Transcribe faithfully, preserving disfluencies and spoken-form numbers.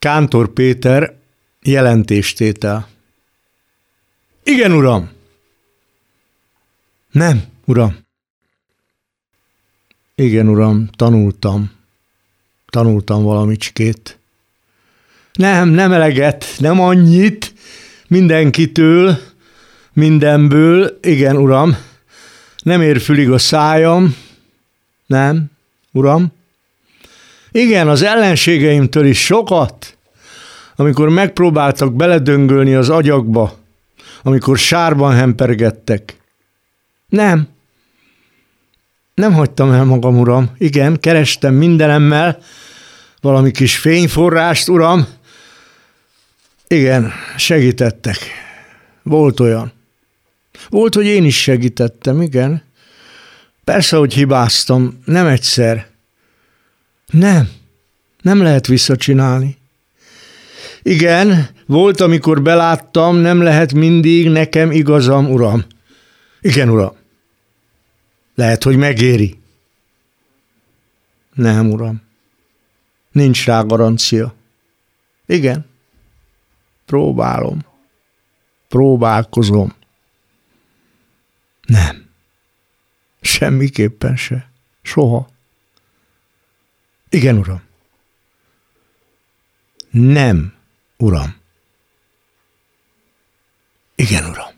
Kántor Péter, jelentéstétel. Igen, uram. Nem, uram. Igen, uram, tanultam. Tanultam valamicskét. Nem, nem eleget, nem annyit, mindenkitől, mindenből, igen, uram. Nem ér fülig a szájam. Nem, uram. Igen, az ellenségeimtől is sokat, amikor megpróbáltak beledöngölni az agyakba, amikor sárban hempergettek. Nem. Nem hagytam el magam, uram. Igen, kerestem mindenemmel valami kis fényforrást, uram. Igen, segítettek. Volt olyan. Volt, hogy én is segítettem, igen. Persze, hogy hibáztam, nem egyszer. Nem, nem lehet visszacsinálni. Igen, volt, amikor beláttam, nem lehet mindig nekem igazam, uram. Igen, uram. Lehet, hogy megéri. Nem, uram. Nincs rá garancia. Igen. Próbálom. Próbálkozom. Nem. Semmiképpen se. Soha. Igen, uram. Nem, uram. Igen, uram.